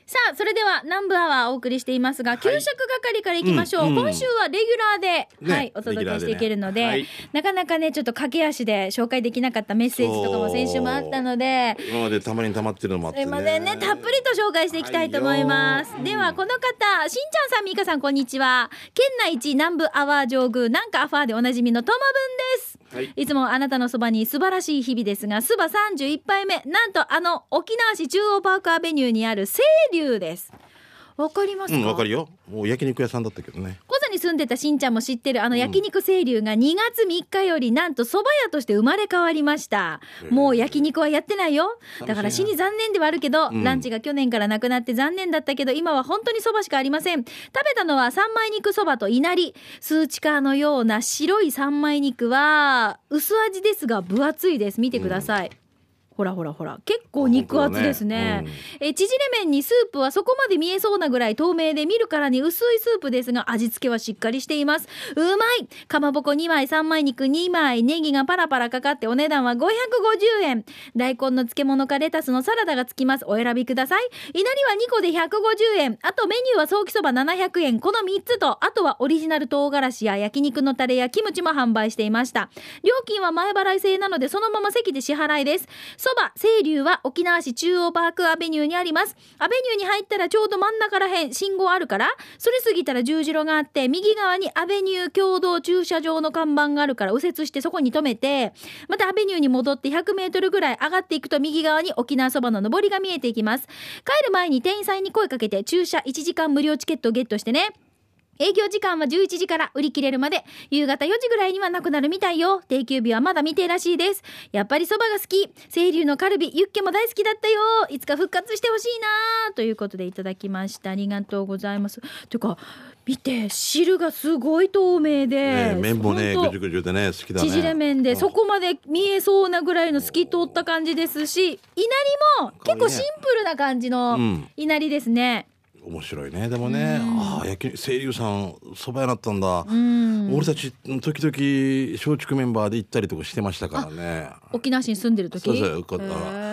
さあそれでは南部アワーお送りしていますが、給食係からいきましょう、今週はレギュラーで、はい、お届けしていけるので、はい、なかなかねちょっと駆け足で紹介できなかったメッセージとかも先週もあったので、 今までたまに溜まってるのもあってね、 すいませんね、たっぷりと紹介していきたいと思います、ではこの方、しんちゃんさん、みーかさん、こんにちは。県内一南部アワー上宮なんかアファーでおなじみのともぶんです、いつもあなたのそばに素晴らしい日々ですが、スバ31杯目、なんと沖縄市中央パークアベニューにある清流です。わかりますか？ わかるよ。もう焼肉屋さんだったけどね。 コザに住んでたしんちゃんも知ってる焼肉清流が2月3日よりなんと蕎麦屋として生まれ変わりました。もう焼肉はやってないよ。だから死に残念ではあるけど、ランチが去年からなくなって残念だったけど、今は本当に蕎麦しかありません。食べたのは三枚肉蕎麦といなり。スーチカーのような白い三枚肉は薄味ですが分厚いです。見てください、ほら結構肉厚ですね、縮れ麺にスープはそこまで見えそうなぐらい透明で、見るからに薄いスープですが味付けはしっかりしています。うまい。かまぼこ2枚、三枚肉2枚、ネギがパラパラかかってお値段は550円。大根の漬物かレタスのサラダがつきます。お選びください。いなりは2個で150円。あとメニューはソーキそば700円。この3つと、あとはオリジナル唐辛子や焼肉のタレやキムチも販売していました。料金は前払い制なのでそのまま席で支払いです。そば清流は沖縄市中央パークアベニューにあります。アベニューに入ったらちょうど真ん中らへん信号あるから、それ過ぎたら十字路があって、右側にアベニュー共同駐車場の看板があるから右折してそこに止めて、またアベニューに戻って100メートルぐらい上がっていくと右側に沖縄そばの上りが見えていきます。帰る前に店員さんに声かけて駐車1時間無料チケットをゲットしてね。営業時間は11時から売り切れるまで、夕方4時ぐらいにはなくなるみたいよ。定休日はまだ未定らしいです。やっぱりそばが好き。清流のカルビ、ユッケも大好きだったよ。いつか復活してほしいなということでいただきました。ありがとうございます。というか見て、汁がすごい透明で、 麺もねぐじゅぐじゅでね好きだね。 縮れ麺でそこまで見えそうなぐらいの透き通った感じですし、いなりも結構シンプルな感じのいなりですね。 面白いね。でもね、清流さん蕎麦屋だったんだ。俺たち時々松竹メンバーで行ったりとかしてましたからね。 沖縄市に住んでる時。 そうよかった。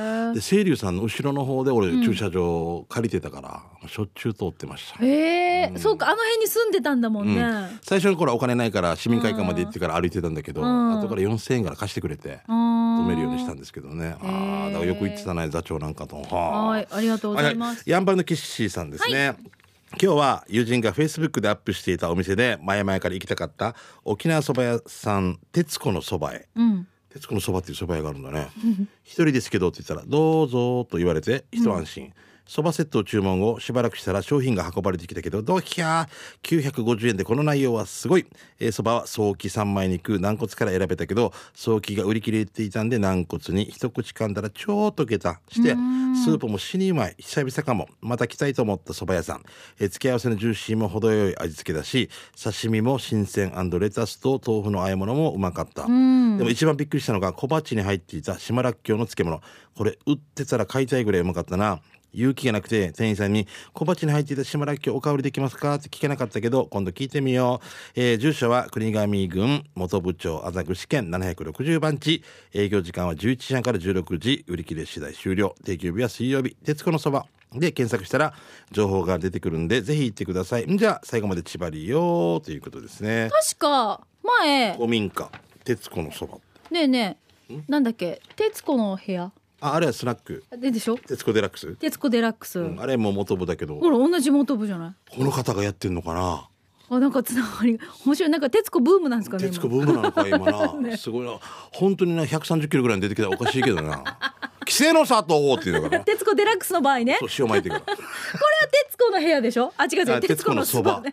で清流さんの後ろの方で俺駐車場借りてたから、しょっちゅう通ってました。 そうか、あの辺に住んでたんだもんね、 最初の頃はお金ないから市民会館まで行ってから歩いてたんだけど、後から4000円から貸してくれて止めるようにしたんですけどね。だからよく行ってたね、座長なんかと。 はい、ありがとうございます。 やんばるのキッシーさんですね、今日は友人がフェイスブックでアップしていたお店で前々から行きたかった沖縄そば屋さん徹子のそばへ、徹子のそばっていうそば屋があるんだね一人ですけどって言ったらどうぞと言われて一安心、そばセットを注文後しばらくしたら商品が運ばれてきたけど、どうきゃ950円でこの内容はすごい。そばは早期三枚肉軟骨から選べたけど、早期が売り切れていたんで軟骨に一口噛んだらちょっとゲタしてスープも死にうまい。久々かも。また来たいと思ったそば屋さん。付け合わせのジューシーも程よい味付けだし、刺身も新鮮&レタスと豆腐の和え物もうまかった。でも一番びっくりしたのが小鉢に入っていた島らっきょうの漬物。これ売ってたら買いたいぐらいうまかったな。勇気がなくて店員さんに小鉢に入っていた島らっきょうおかわりできますかって聞けなかったけど、今度聞いてみよう。住所は国頭郡本部町麻串県760番地。営業時間は11時半から16時。売り切れ次第終了。定休日は水曜日。徹子のそばで検索したら情報が出てくるんでぜひ行ってください。じゃあ最後まで千葉りよということですね。 確か前古民家徹子のそばねえねえ、なんだっけ、徹子の部屋、 あれはスナックでしょ、 徹子デラックス。 徹子デラックス、 あれも元部だけど、 ほら同じ元部じゃない。 この方がやってんのかな。 なんかつながり面白い。なんか徹子ブームなんですかね。 徹子ブームなのか今な、すごいな。本当にな130キロぐらいに出てきたらおかしいけどな規制の砂糖っていうのかな徹子デラックスの場合ね。 そう塩巻いてからこれは徹子の部屋でしょ。違う徹子のそば、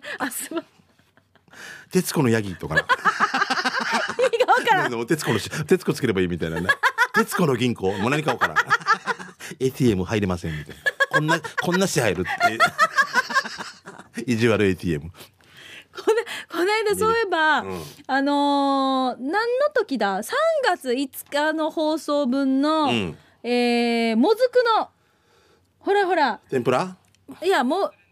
徹子のヤギとかな意味が分からん。 徹子つければいいみたいなね徹子の銀行もう何か分からんATM 入れませんみたいな、こんなし入るって意地悪 ATM。 この間そういえば、何の時だ、3月5日の放送分の、もずくのほら天ぷら、 いやもう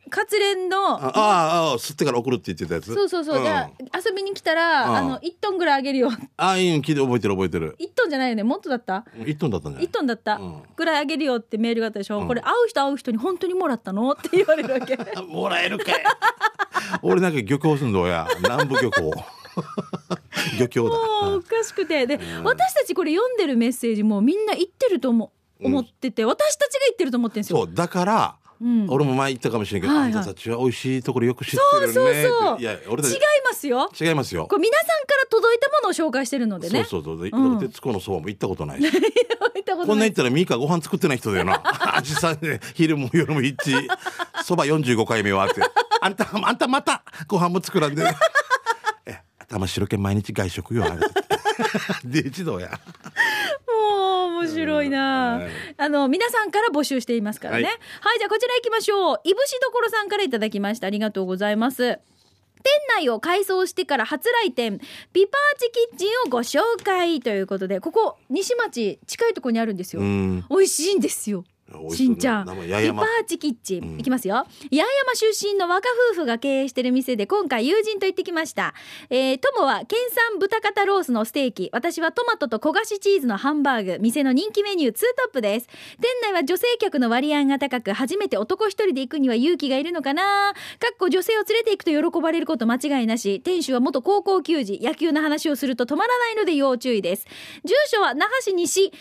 活連の吸ってから送るって言ってたやつ。 そう、じゃあ遊びに来たら1トンぐらいあげるよ。 いい聞いて覚えてる。 1トンじゃないよね、もっとだった。 1トンだったんじゃない。 1トンだった、ぐらいあげるよってメールがあったでしょ、これ会う人に本当にもらったのって言われるわけ。 もらえるかい。俺なんか漁港すんのや、南部漁港。漁協だ。 もうおかしくて、で、私たちこれ読んでるメッセージもみんな言ってると思ってて、私たちが言ってると思ってるんですよ。 そうだから、俺も前言ったかもしれないけど、あんたたちは美味しいところよく知ってるね。 そういや俺たち違いますよ。 これ皆さんから届いたものを紹介してるのでね。 そう徹子のそばも行ったことないし。こんな行ったらミカご飯作ってない人だよな。実際ね、昼も夜も一そば45回目はって、あんたまたご飯も作らんで。玉城家毎日外食よ。で一度や。 もう面白いな。皆さんから募集していますからね。はい、じゃあこちら行きましょう。いぶしどころさんからいただきました。ありがとうございます。店内を改装してから初来店、ピパーチキッチンをご紹介ということで、ここ西町近いところにあるんですよ。美味しいんですよ。しんちゃん、ピパーチキッチン、いきますよ。八重山出身の若夫婦が経営している店で、今回友人と行ってきました。友は県産豚肩ロースのステーキ、私はトマトと焦がしチーズのハンバーグ。店の人気メニュー2トップです。店内は女性客の割合が高く、初めて男一人で行くには勇気がいるのかな。女性を連れて行くと喜ばれること間違いなし。店主は元高校球児、野球の話をすると止まらないので要注意です。住所は那覇市西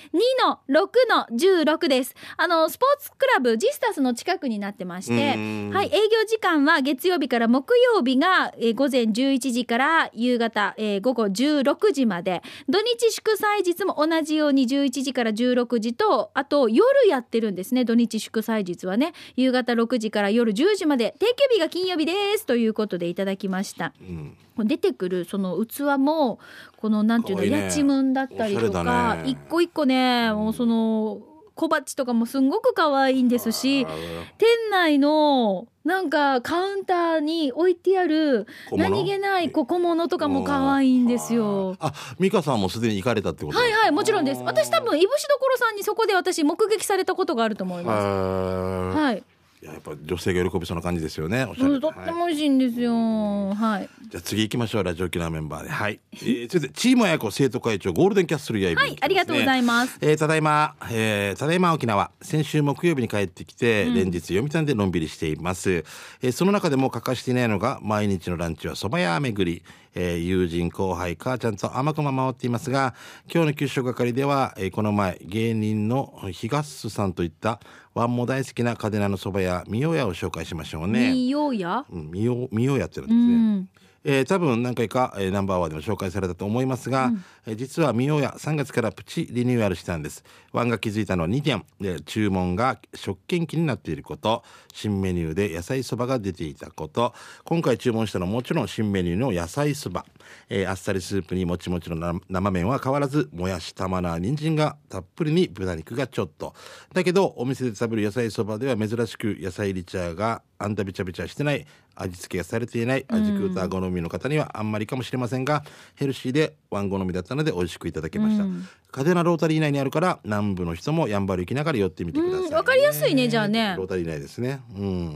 2-6-16 です。スポーツクラブジスタスの近くになってまして、はい、営業時間は月曜日から木曜日が、午前11時から夕方、午後16時まで、土日祝祭日も同じように11時から16時と、あと夜やってるんですね。土日祝祭日はね、夕方6時から夜10時まで、定休日が金曜日ですということでいただきました。出てくるその器もこのなんていうの、やちむんだったりとか、一個一個ね、もうその小鉢とかもすんごく可愛いんですし、店内のなんかカウンターに置いてある何気ない小物とかも可愛いんですよ。 美香さんもすでに行かれたってこと？ はい、もちろんです。私多分いぶしどころさんにそこで私目撃されたことがあると思います。はい。 やっぱ女性が喜びそうな感じですよね。 とっても美味しいんですよ。はい。 じゃあ次行きましょう。ラジオ沖縄メンバーで。はい。続いてチームあやこ生徒会長ゴールデンキャッスルやいびん、 はい、ありがとうございます。 ただいま沖縄、先週木曜日に帰ってきて、連日読谷でのんびりしています。その中でも欠かしていないのが毎日のランチは蕎麦屋巡り。友人後輩母ちゃんと甘く見守っていますが、今日の給食係では、この前芸人の東さんといったワンも大好きな嘉手納の蕎麦屋みよやを紹介しましょうね。 みよや、 みよやってなんですね。多分何回か、ナンバーワンでも紹介されたと思いますが、実はみよや3月からプチリニューアルしたんです。ワンが気づいたのは2点で、注文が食券機になっていること、新メニューで野菜そばが出ていたこと。今回注文したのはもちろん新メニューの野菜そば、あっさりスープにもちもちの生麺は変わらず、もやし玉菜人参がたっぷりに豚肉がちょっとだけど、お店で食べる野菜そばでは珍しく野菜リチャーがあんたびちゃびちゃしてない、味付けがされていない、味クーター好みの方にはあんまりかもしれませんが、ヘルシーでワン好みだったので美味しくいただきました。嘉手納ロータリー内にあるから、南部の人もやんばる行きながら寄ってみてください。 わかりやすいね。じゃあね、 ロータリー内ですね。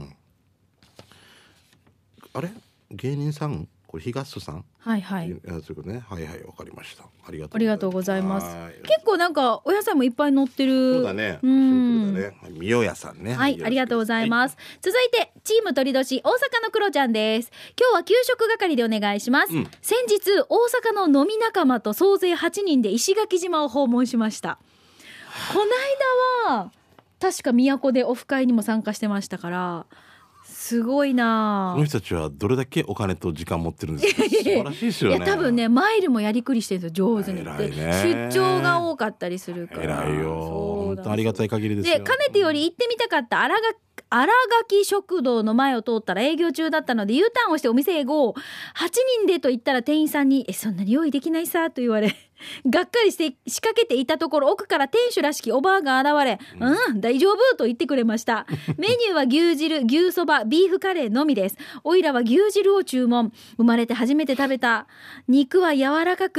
あれ芸人さん、これ東さん、 はいはい、 そういうことね。はいはい、わかりました。ありがとうございます。 結構なんかお野菜もいっぱい乗ってる。 そうだね。シンプルだね。みよやさんね。 はい、ありがとうございます。続いてチーム鳥年大阪のクロちゃんです。今日は給食係でお願いします。先日大阪の飲み仲間と総勢8人で石垣島を訪問しました。この間は確か都でオフ会にも参加してましたから、すごいな。 この人たちはどれだけお金と時間持ってるんですか。素晴らしいですよね。 いや多分ね、マイルもやりくりしてるんですよ、上手に。出張が多かったりするから。 偉いよ。本当ありがたい限りですよ。 で、かねてより行ってみたかった新垣食堂の前を通ったら営業中だったので U ターンをしてお店へゴー。8人でと言ったら店員さんにそんなに用意できないさと言われがっかりして仕掛けていたところ、奥から店主らしきおばあが現れ、大丈夫と言ってくれました。メニューは牛汁、牛そば、ビーフカレーのみです。おいらは牛汁を注文。生まれて初めて食べた肉は柔らかく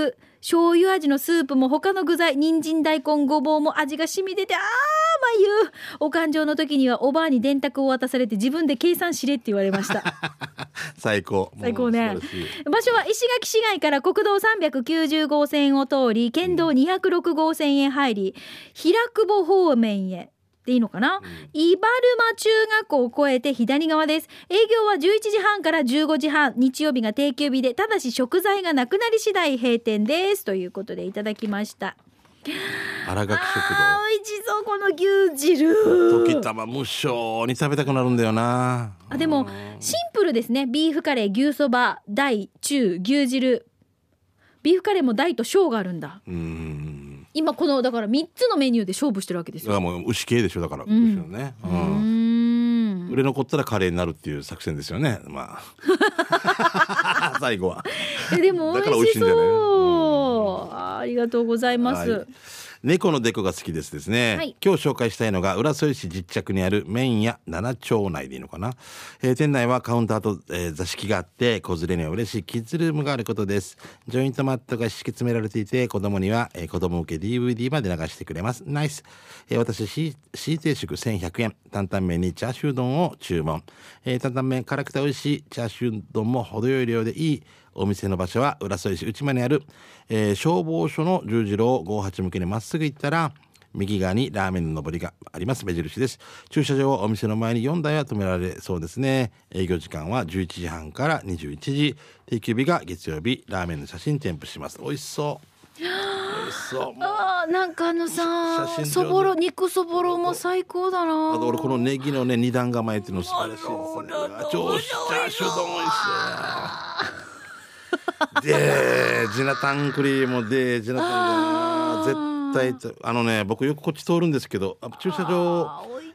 醤油味のスープも他の具材人参大根ごぼうも味が染み出て、あーまゆお勘定の時にはおばあに電卓を渡されて自分で計算しれって言われました最高ね。場所は石垣市街から国道390号線を通り県道206号線へ入り、平久保方面へでいいのかな、伊原間中学校を越えて左側です。営業は11時半から15時半、日曜日が定休日で、ただし食材がなくなり次第閉店ですということでいただきました。 荒垣食堂、 美味しそう、この牛汁時たま無性に食べたくなるんだよな。 でもシンプルですね。ビーフカレー、牛そば、大中牛汁。ビーフカレーも大と小があるんだ。今このだから3つのメニューで勝負してるわけですよ。 もう牛系でしょ、だから、牛のね、売れ残ったらカレーになるっていう作戦ですよね、まあ最後はでも美味しそう、ありがとうございます。 猫のデコが好きですね、はい、今日紹介したいのが浦添市実着にある麺屋七丁内でいいのかな、店内はカウンターと、座敷があって、子連れには嬉しいキッズルームがあることです。ジョイントマットが敷き詰められていて、子供には、子供向け DVD まで流してくれます。ナイス。私 C 定食1100円、担々麺にチャーシュー丼を注文、担々麺辛くて美味しい、チャーシュー丼も程よい量でいい。お店の場所は浦添市内間にある、消防署の十字路を58向けにまっすぐ行ったら右側にラーメンの上りがあります。目印です。駐車場はお店の前に4台は止められそうですね。営業時間は11時半から21時、定休日が月曜日。ラーメンの写真添付します。美味しそう、美味しそう。 なんかさ、そぼろ、肉そぼろも最高だな。 あと俺このネギのね二段構えっていうの素晴らしいですね。超チャーシュー丼美味しいでジナタンクリームでジナタンが絶対僕よくこっち通るんですけど、駐車場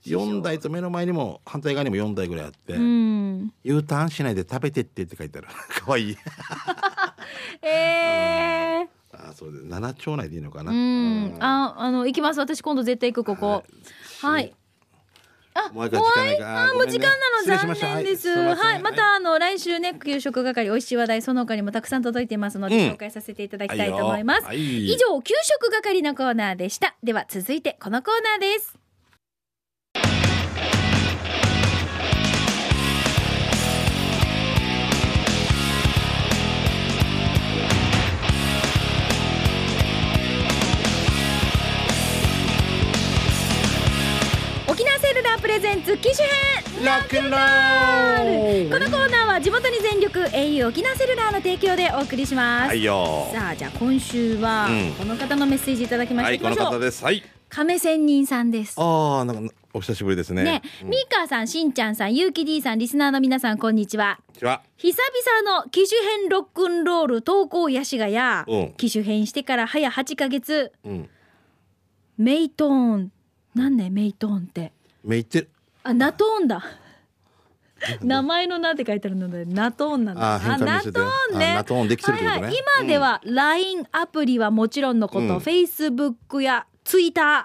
4台と目の前にも反対側にも4台ぐらいあって、U ターンしないで食べてってって書いてあるかわいいそうで七町内でいいのかな。 行きます。私今度絶対行くここ。はい。もう時間なの残念です。はい、また来週ね、給食係美味しい話題その他にもたくさん届いてますので、紹介させていただきたいと思います。以上、給食係のコーナーでした。では続いてこのコーナーです。沖縄セルラープレゼンツ機種編ロックンロール。このコーナーは地元に全力 au 沖縄セルラーの提供でお送りします。はいよ。さあ、じゃあ今週はこの方のメッセージいただきました。はい、 この方です。はい、 亀仙人さんです。 なんかお久しぶりですね。 ミーカーさん、しんちゃんさん、ゆうき D さん、リスナーの皆さん、こんにちは。久々の機種編ロックンロール投稿やしがや、機種編してから早8ヶ月、メイトーン、なんねメイトーンってメイってナトーンだ名前の名って書いてあるのでナトーンなんだ。ナトーンね。 ナトーンできてるってことね。 今では LINE アプリはもちろんのこと、Facebook や Twitter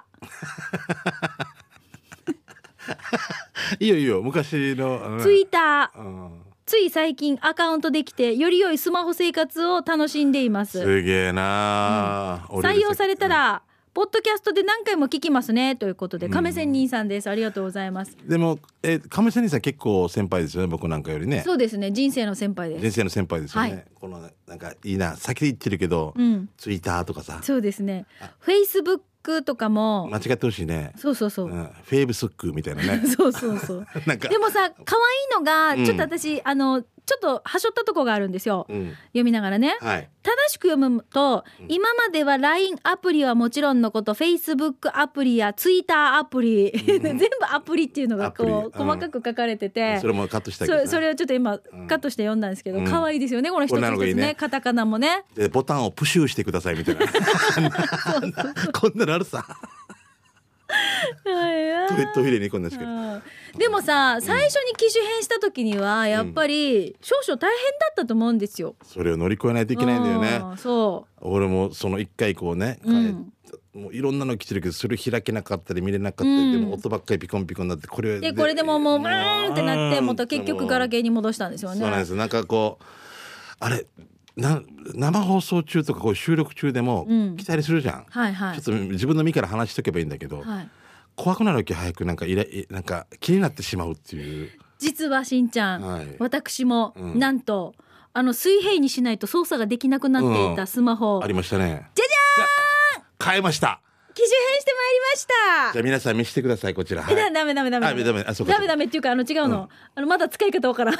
いいよいいよ、昔の Twitter、つい最近アカウントできてより良いスマホ生活を楽しんでいます。 すげえな、 採用されたら、ポッドキャストで何回も聞きますねということで、亀仙人さんです。ありがとうございます。 でも亀仙人さん結構先輩ですよね、僕なんかよりね。 そうですね、人生の先輩です。 人生の先輩ですよね。このなんかいいな、先で言ってるけど、ツイッターとかさ。 そうですね、フェイスブックとかも間違ってほしいね。 そう、 フェイブスックみたいなねそうなんかでもさ、可愛いのがちょっと私、ちょっとはしょったとこがあるんですよ、読みながらね、正しく読むと、今までは LINE アプリはもちろんのこと、 Facebook アプリや Twitter アプリ、全部アプリっていうのがこう細かく書かれてて、 それもカットしたけど、ね、 それをちょっと今カットして読んだんですけど、可愛いですよね、この一つ一つね、カタカナもね、 でボタンをプシューしてくださいみたいなこんなのあるさトイレにこんなしか。 でもさ、最初に機種変した時にはやっぱり少々大変だったと思うんですよ。 それを乗り越えないといけないんだよね。俺もその一回こうね、もういろんなの来てるけど、それ開けなかったり見れなかったり、でも音ばっかりピコンピコンになって、これでももうブーンってなって、また結局ガラケーに戻したんですよね。 そうなんです。なんかこうあれ生放送中とかこう収録中でも来たりするじゃん、 はいはい、 ちょっと自分の身から話しとけばいいんだけど、はい、怖くなるわけ早くなんか気になってしまうっていう。 実はしんちゃん、はい、私も、なんと水平にしないと操作ができなくなっていたスマホ、 ありましたね。 じゃじゃーん、 変えました。 機種変してまいりました。 じゃあ皆さん見せてくださいこちら。 ダメっていうか違うの、まだ使い方わからん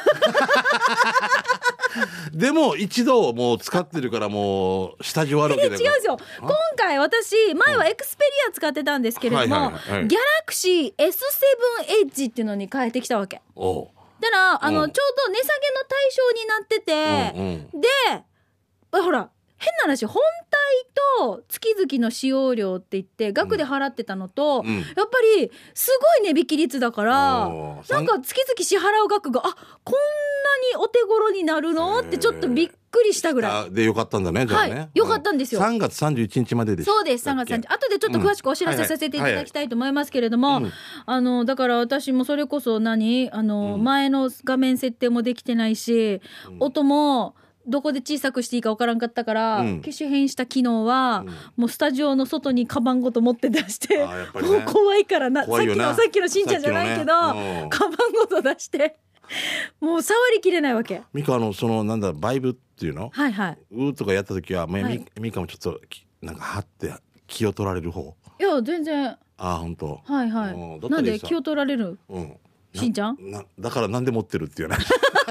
でも一度もう使ってるからもう下地悪いわけだから。 違うんですよ。今回私前はエクスペリア使ってたんですけれども、ギャラクシー S7 エッジっていうのに変えてきたわけ。 おだからちょうど値下げの対象になってて、でほら変な話、本体と月々の使用料って言って額で払ってたのと、やっぱりすごい値引き率だから、なんか月々支払う額がこんなにお手頃になるのってちょっとびっくりしたぐらいでよかったんだね。じゃあね、 はい、よかったんですよ。 3月31日まででした。 そうです、3月30日。後でちょっと詳しくお知らせさせていただきたいと思いますけれども、だから私もそれこそ前の画面設定もできてないし、音もどこで小さくしていいか分からんかったから、機種変した昨日は、もうスタジオの外にカバンごと持って出して、もう怖いからさっきのしんちゃんじゃないけど、カバンごと出してもう触りきれないわけ。 ミカバイブっていうの、はいはい、うーとかやった時は、ミカもちょっとなんかはって気を取られる方。 いや全然。 本当。 はいはい。なんで気を取られる、しんちゃんだからなんで持ってるっていうね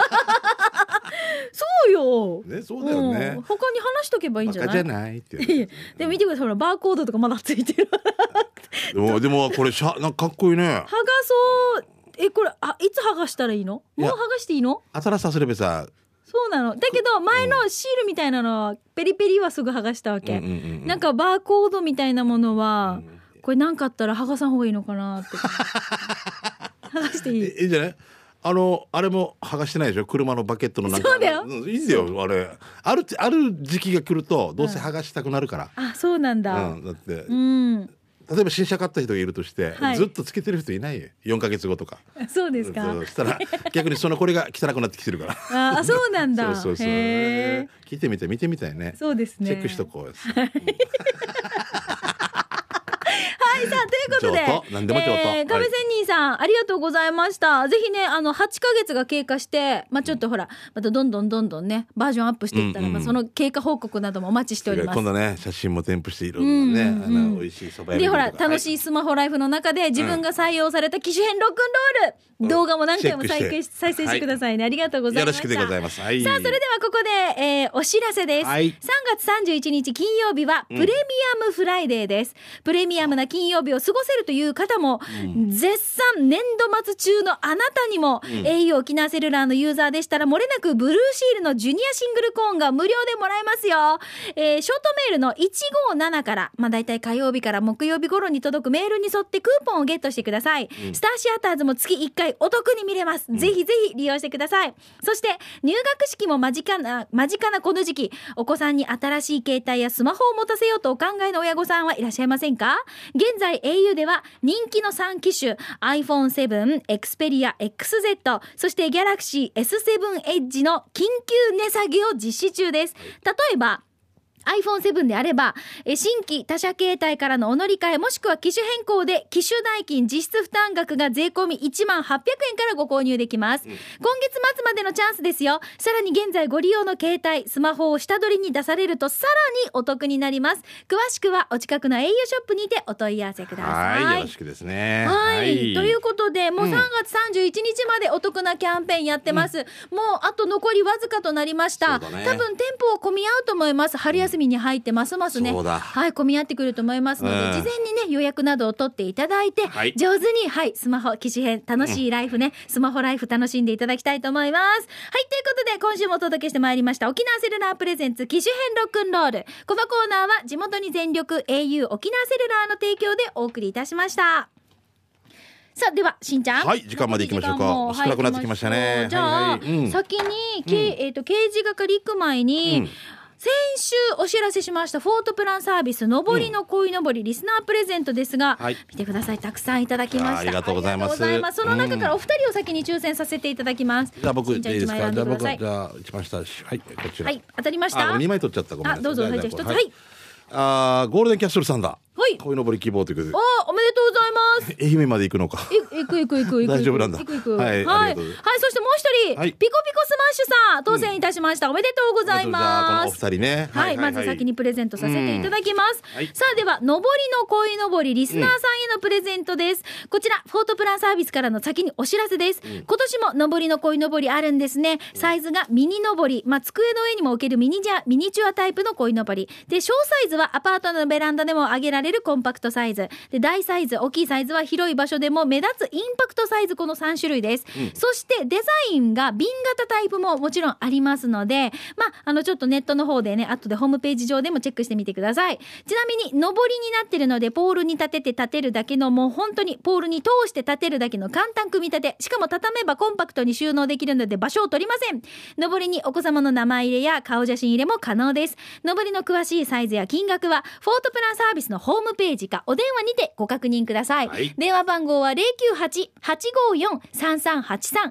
そうよ、 ね、そうだよね、 他に話しとけばいいんじゃない。 バカじゃないっていう、 でも見てください、ほらバーコードとかまだついてるでもこれなんかかっこいいね。剥がそうこれいつ剥がしたらいいの？もう剥がしていいの？ 新しさすればさ。 そうなの。だけど前のシールみたいなのはペリペリはすぐ剥がしたわけ、なんかバーコードみたいなものは、これ何かあったら剥がさん方がいいのかなって剥がしていい？ いいんじゃない？あれも剥がしてないでしょ、車のバケットのなんか。 そうだよ、 いいんだよあれ。ある時期が来るとどうせ剥がしたくなるから、 そうなんだ、 だって、例えば新車買った人がいるとして、ずっとつけてる人いないよ、4ヶ月後とか。 そうですか。 そしたら逆にこれが汚くなってきてるからそうなんだ。 そう聞いてみて見てみたいね。 そうですね、 チェックしとこうはい、さあということで何でも亀仙人さん、ありがとうございました。ぜひね8ヶ月が経過して、ちょっとほらまたどんどんねバージョンアップしていったら、その経過報告などもお待ちしております。 今度ね写真も添付していろんなね、美味しいそば屋でほら楽しいスマホライフの中で自分が採用された機種変ロックンロール、動画も何回も再生してくださいね、ありがとうございました。 よろしくでございます、さあそれではここで、お知らせです、3月31日金曜日はプレミアムフライデーです。プレミアムな金曜日を過ごせるという方も、絶賛年度末中のあなたにも、au 沖縄セルラーのユーザーでしたら、漏れなくブルーシールのジュニアシングルコーンが無料でもらえますよ。ショートメールの157から、だいたい火曜日から木曜日頃に届くメールに沿ってクーポンをゲットしてください。スターシアターズも月1回お得に見れます。ぜひぜひ利用してください。そして入学式も間近なこの時期、お子さんに新しい携帯やスマホを持たせようとお考えの親御さんはいらっしゃいませんか？現在 au では人気の3機種 iPhone7、Xperia XZ、 そして Galaxy S7 Edge の緊急値下げを実施中です。例えばiPhone7 であれば新規他社携帯からのお乗り換えもしくは機種変更で機種代金実質負担額が税込み18,000円からご購入できます、今月末までのチャンスですよ。さらに現在ご利用の携帯スマホを下取りに出されるとさらにお得になります。詳しくはお近くの au ショップにてお問い合わせください。 よろしくですね。 ということでもう3月31日までお得なキャンペーンやってます、もうあと残りわずかとなりました、多分店舗を混み合うと思います。春休みに入ってますますね、混み合ってくると思いますので、事前にね予約などを取っていただいて、上手にスマホ機種変楽しいライフね、スマホライフ楽しんでいただきたいと思います。ということで今週もお届けしてまいりました沖縄セルラープレゼンツ機種変ロックンロール。このコーナーは地元に全力 au 沖縄セルラーの提供でお送りいたしました。さあではしんちゃん、 時間まで行きましょうか。少なくなってきましたね。 じゃあ、先に、刑事係行く前に、 先週お知らせしましたフォートプランサービス上りの鯉のぼりリスナープレゼントですが、 はい、 見てください、たくさんいただきました。 ありがとうございます。 その中からお二人を先に抽選させていただきます。 じゃあ僕でいいですか。じゃあ僕じゃあ一番下、はい、こちら。 はい、当たりました。 2枚取っちゃった。ごめんなさい。 どうぞ、はい、じゃあ一つ、はい。 ゴールデンキャッスルさんだ。 はい、 鯉のぼり希望ということで。 おめでとうございます。 愛媛まで行くのか。 行く大丈夫なんだ。 行くはい、 はい、そしてもう一人、 はい、 ピコピコスマッシュさん当選いたしました。おめでとうございます。 じゃあこのお二人ね。 はい、まず先にプレゼントさせていただきます。さあでは上りの鯉のぼりリスナーさんへのプレゼントです。こちらフォートプランサービスからの先にお知らせです。今年も上りの鯉のぼりあるんですね。サイズがミニ上り、机の上にも置けるミニチュアタイプの鯉のぼりで、小サイズはアパートのベランダでも上げられるコンパクトサイズで、大サイズ大きいサイズは広い場所でも目立つインパクトサイズ、この3種類です。そしてデザインが瓶型タイプももちろんありますので、ちょっとネットの方でね、後でホームページ上でもチェックしてみてください。ちなみに上りになってるので、ポールに立てるだけの、もう本当にポールに通して立てるだけの簡単組み立て、しかも畳めばコンパクトに収納できるので場所を取りません。上りにお子様の名前入れや顔写真入れも可能です。上りの詳しいサイズや金額はフォートプランサービスのホームページかお電話にてご確認ください。はい、電話番号は 098-854-3383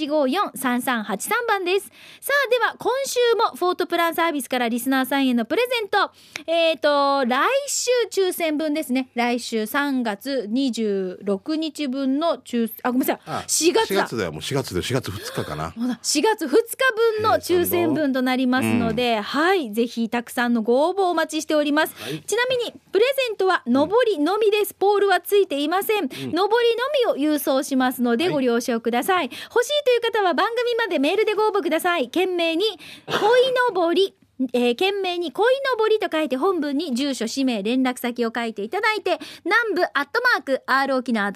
854-3383 番です。さあでは今週もフォートプランサービスからリスナーさんへのプレゼント、来週抽選分ですね。来週3月26日分のごめんなさい、4月だよ。もう4月で4月2日かな。 4月2日分の抽選分となりますので、はい、ぜひたくさんのご応募お待ちしております。はい、ちなみにプレゼントは上りのみです。ポールはついていません。上りのみを郵送しますのでご了承ください。欲しいという方は番組までメールでご応募ください。懸命に鯉のぼり懸命に鯉のぼりと書いて本文に住所氏名連絡先を書いていただいて、南部@r沖縄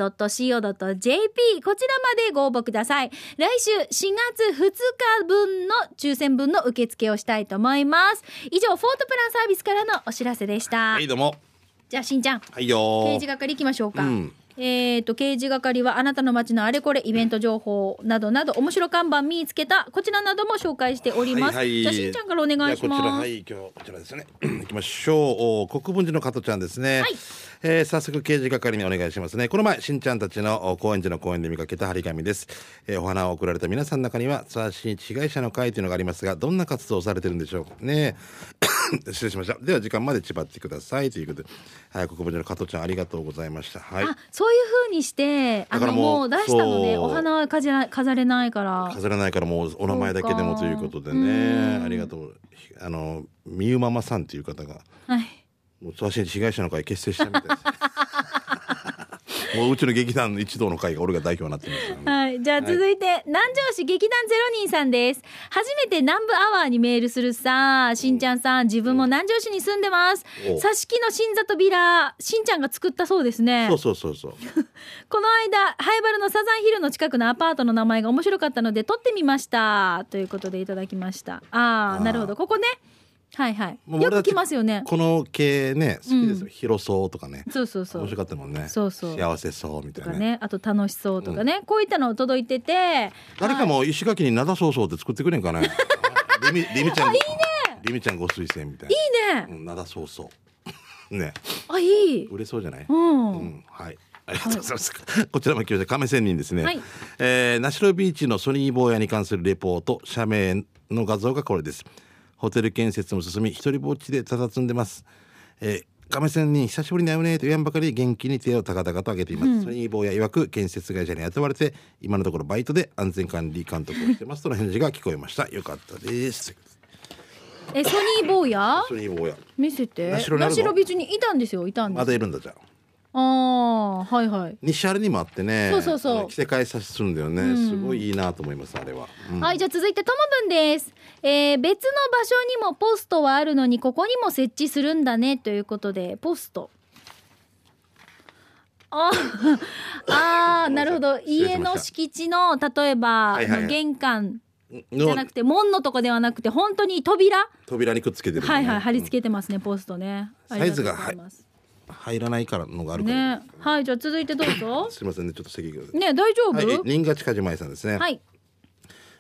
.co.jp こちらまでご応募ください。来週4月2日分の抽選分の受付をしたいと思います。以上フォートプランサービスからのお知らせでした。 はい、どうも。 じゃあしんちゃん、 はいよ、 刑事係行きましょうか。刑事係はあなたの街のあれこれイベント情報などなど面白看板見つけたこちらなども紹介しております。はいはい、じゃあしんちゃんからお願いします。 こちら、はい、今日こちらですね行きましょう。国分寺の加トちゃんですね。はい、早速刑事係にお願いしますね。この前しんちゃんたちの高円寺の公園で見かけた張り紙です。お花を贈られた皆さんの中にはツアー新被害者の会というのがありますが、どんな活動をされてるんでしょうかね。失礼しました。では時間まで縛ってくださいということで、はい、国分寺の加トちゃんありがとうございました。はい、 そういう風にしてもう出したのね。お花は飾れないからもうお名前だけでもということでね、ありがとう。みゆママさんという方が、はい、もうツアー新被害者の会結成したみたいですもううちの劇団一同の会が俺が代表になってます、ね。 はい、じゃあ続いて、はい、南城市劇団ゼロ人さんです。初めて南部アワーにメールするさ。しんちゃんさん、自分も南城市に住んでます。挿し木の新里ビラ、しんちゃんが作ったそうですね。 そうこの間ハイバルのサザンヒルの近くのアパートの名前が面白かったので撮ってみましたということでいただきました。なるほど、ここね。はいはい、よく来ますよね。 この系ね好きですよ。広そうとかね。 そう面白かったもんね。 そう幸せそうみたいなね。あと楽しそうとかね、こういったの届いてて、 誰かも石垣に灘そうって作ってくれんかね。リミちゃんいいね。リミちゃんご推薦みたいな。 いいね。 灘そうね。 いい。 売れそうじゃない。はい。ありがとうございます。こちらも来ました。亀仙人ですね。はい、ナシロビーチのソニー坊やに関するレポート、社名の画像がこれです。ホテル建設も進み、一人ぼっちで佇んでます。亀仙人久しぶりに会うねと言わんばかり元気に手を高々と上げています。ソニー坊や曰く建設会社に雇われて今のところバイトで安全管理監督をしてますとの返事が聞こえました。よかったです。 ソニー坊や見せて。ナシロビーチにいたんですよ。 まだいるんだ。じゃあはいはい。 西原にもあってね。 そう着せ替えさせるんだよね。すごいいいなと思いますあれは。 はい、じゃあ続いてともぶんです。別の場所にもポストはあるのにここにも設置するんだねということで、ポスト。なるほど。家の敷地の例えば、玄関じゃなくて門のとこではなくて本当に扉にくっつけてる、ね。 はい貼り付けてますね、ポストね。 サイズが入らないからのがあるからね。はい、じゃあ続いてどうぞ。 すみませんね、ちょっと席がね、大丈夫。 新勝梶前さんですね。 はい。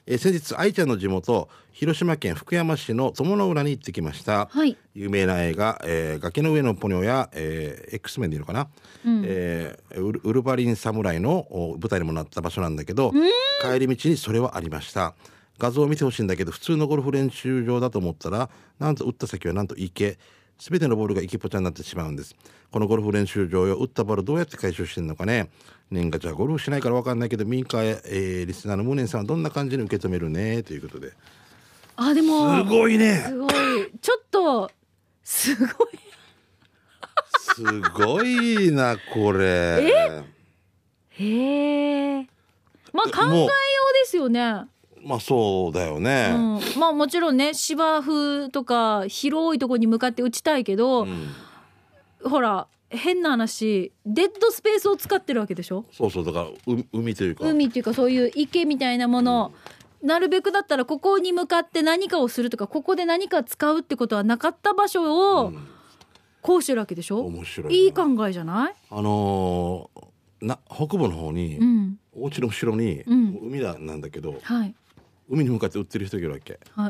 先日愛ちゃんの地元広島県福山市の友の浦に行ってきました、 はい、 有名な映画、崖の上のポニョや、X メンでいいのかな、ウルヴァリン侍の舞台にもなった場所なんだけど、帰り道にそれはありました。画像を見てほしいんだけど普通のゴルフ練習場だと思ったらなんと打った先はなんと池、すべてのボールが池ポチャになってしまうんです。このゴルフ練習場よ、打ったボールどうやって回収してんのかね。年がじゃあゴルフしないから分かんないけどミンカリスナーのムネンさんはどんな感じに受け止めるねということで。 あ、でもすごいね、 すごい、ちょっとすごいすごいなこれ。 へえ、まあ考えようですよね。 まあそうだよね、 まあもちろんね芝生とか広いところに向かって打ちたいけど、ほら変な話デッドスペースを使ってるわけでしょ。 そうそう、だから海というか海っていうかそういう池みたいなもの、なるべくだったらここに向かって何かをするとかここで何か使うってことはなかった場所をこうしてるわけでしょ。 面白いな、 いい考えじゃない。 北部の方に、お家の後ろに海なんだけど、 はい、 海に向かって売ってる人がいるわけ、 はい、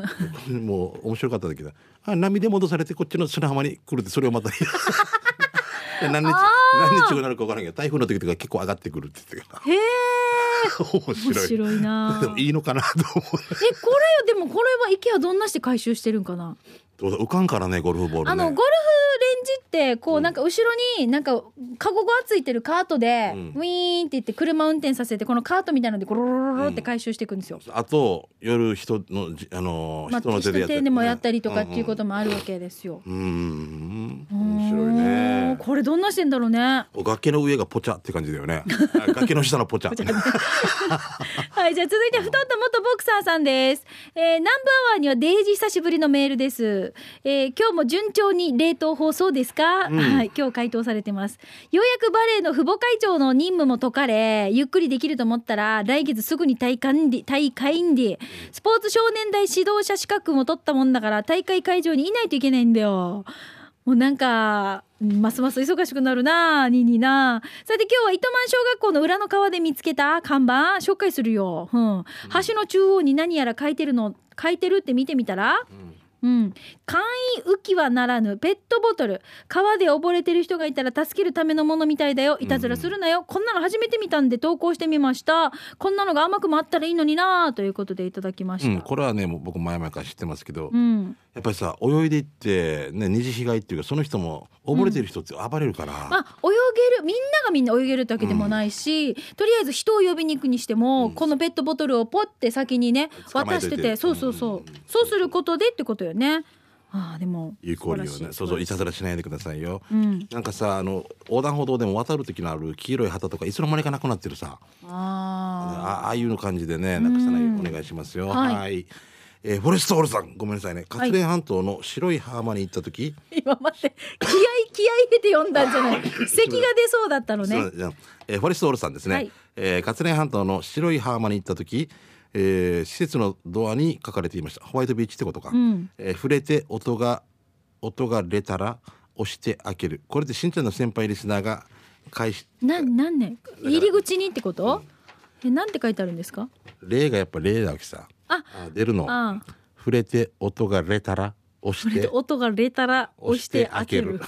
もう面白かったんだけど、波で戻されてこっちの砂浜に来るってそれをまた何日後になるか分からないけど台風の時とか結構上がってくるって言ってたから。 へえ面白いな。 でもいいのかなと思う。 これでもこれは池はどんなして回収してるんかな。 どうだ浮かんからねゴルフボールね。 ゴルフレンジってこうなんか後ろになんかカゴがついてるカートでウィーンって言って車運転させてこのカートみたいなのでゴロロロロって回収していくんですよ。 あと夜人の人の手でやったり、 手でもやったりとかっていうこともあるわけですよ。 面白いね。 これどんなしてんだろうね。 崖の上がポチャって感じだよね。崖の下のポチャ。 はい、じゃあ続いて太った元ボクサーさんです。ナンバーワンにはデイジー久しぶりのメールです。今日も順調に冷凍放送ですか、はい、今日回答されてます。ようやくバレーの父母会長の任務も解かれゆっくりできると思ったら来月すぐに大会にスポーツ少年代指導者資格も取ったもんだから大会会場にいないといけないんだよ。もうなんかますます忙しくなるなニーニーな。さて今日は糸満小学校の裏の川で見つけた看板紹介するよ、橋の中央に何やら書いてるって見てみたら、簡易浮き輪ならぬペットボトル、川で溺れてる人がいたら助けるためのものみたいだよ、いたずらするなよ、こんなの初めて見たんで投稿してみました、こんなのが甘くもあったらいいのになということでいただきました。 これはねもう僕前々から知ってますけど、やっぱりさ泳いでいってね二次被害っていうかその人も溺れてる人って暴れるから、 泳げるみんなが泳げるってわけでもないし、とりあえず人を呼びに行くにしても、このペットボトルをポッて先にね渡してて、そうすることでってことよね。でも有効利用ね。そういたずらしないでくださいよ、なんかさ横断歩道でも渡る時のある黄色い旗とかいつの間にかなくなってるさ、ああいうの感じでねなくさないようお願いしますよ。はい、フォレストオールさんごめんなさいね。勝連半島の白い浜に行った時、 今待って気合入れて読んだんじゃない咳が出そうだったのね。 フォレストオールさんですね、勝連半島の白い浜に行った時、施設のドアに書かれていました。ホワイトビーチってことか、触れて音が出たら押して開ける。これでしんちゃんの先輩リスナーが何年入り口にってこと、なんて書いてあるんですか。 例がやっぱ例だわけさ。出るの触れて音が出たら押して開ける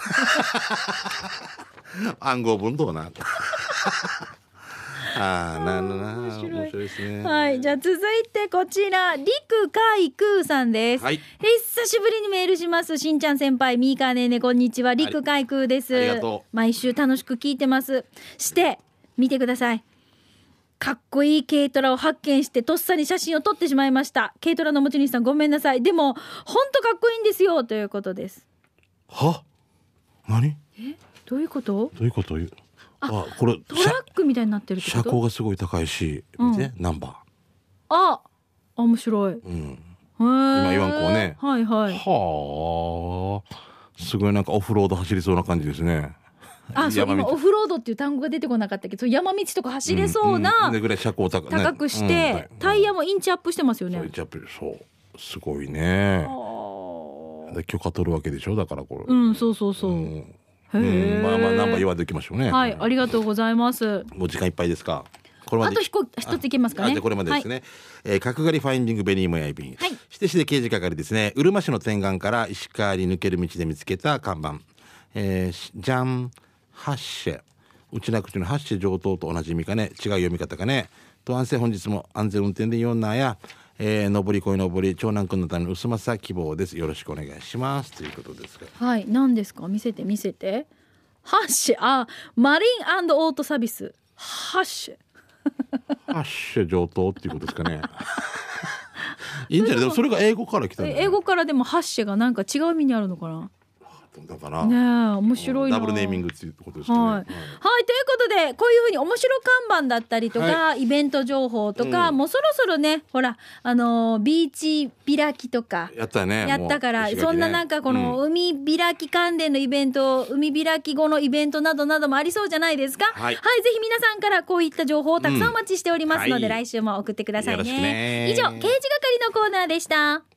暗号文どうな面白いですね。 はい、じゃあ続いてこちら陸海空さんです。久しぶりにメールします。しんちゃん先輩ミーカーねーねこんにちは、陸海空です。 ありがとう。 毎週楽しく聞いてます。して見てください。かっこいい軽トラを発見してとっさに写真を撮ってしまいました。軽トラの持ち主さんごめんなさい。でもほんとかっこいいんですよということです。 何？ どういうこと？ どういうこと？これトラックみたいになってるってこと？ 車高がすごい高いし、見てナンバー。面白い。 今言わんこうね。すごいなんかオフロード走りそうな感じですね。 そう今オフロードっていう単語が出てこなかったけど、山道とか走れそうなぐらい車高高くして、タイヤもインチアップしてますよね。 インチアップ、そうすごいね。許可取るわけでしょ、だからこれ。そう。ナンバー言わんでおきましょうね。 はい、ありがとうございます。 もう時間いっぱいですか。 これまであと一ついけますかね。 じゃあこれまでですね、角刈りファインディングベニーモヤイ便、 はい、 指定刑事係ですね。うるま市の天岸から石川に抜ける道で見つけた看板、ジャンハッシェ、内な口のハッシェ上等と同じ意味かね、違う読み方かね。と安静、本日も安全運転で4なや、上り恋上り長男くんのための薄まさ希望です。よろしくお願いしますということですが、 はい、何ですか、見せてハッシュ、マリン&オートサービスハッシュハッシェ上等っていうことですかね。いいんじゃない。でもそれが英語から来たんだ、ね、 英語からでもハッシュがなんか違う意味にあるのかな。 だからねえ、面白いな。 ダブルネーミングっていうことですかね。 はい、はい、ということでこういうふうに面白看板だったりとか、はい、イベント情報とか、もうそろそろね、ほらビーチ開きとかやったね、 やったから、そんななんかこの海開き関連のイベント、海開き後のイベントなどなどもありそうじゃないですか。はい、ぜひ皆さんからこういった情報をたくさんお待ちしておりますので、来週も送ってください ね。以上、刑事係のコーナーでした。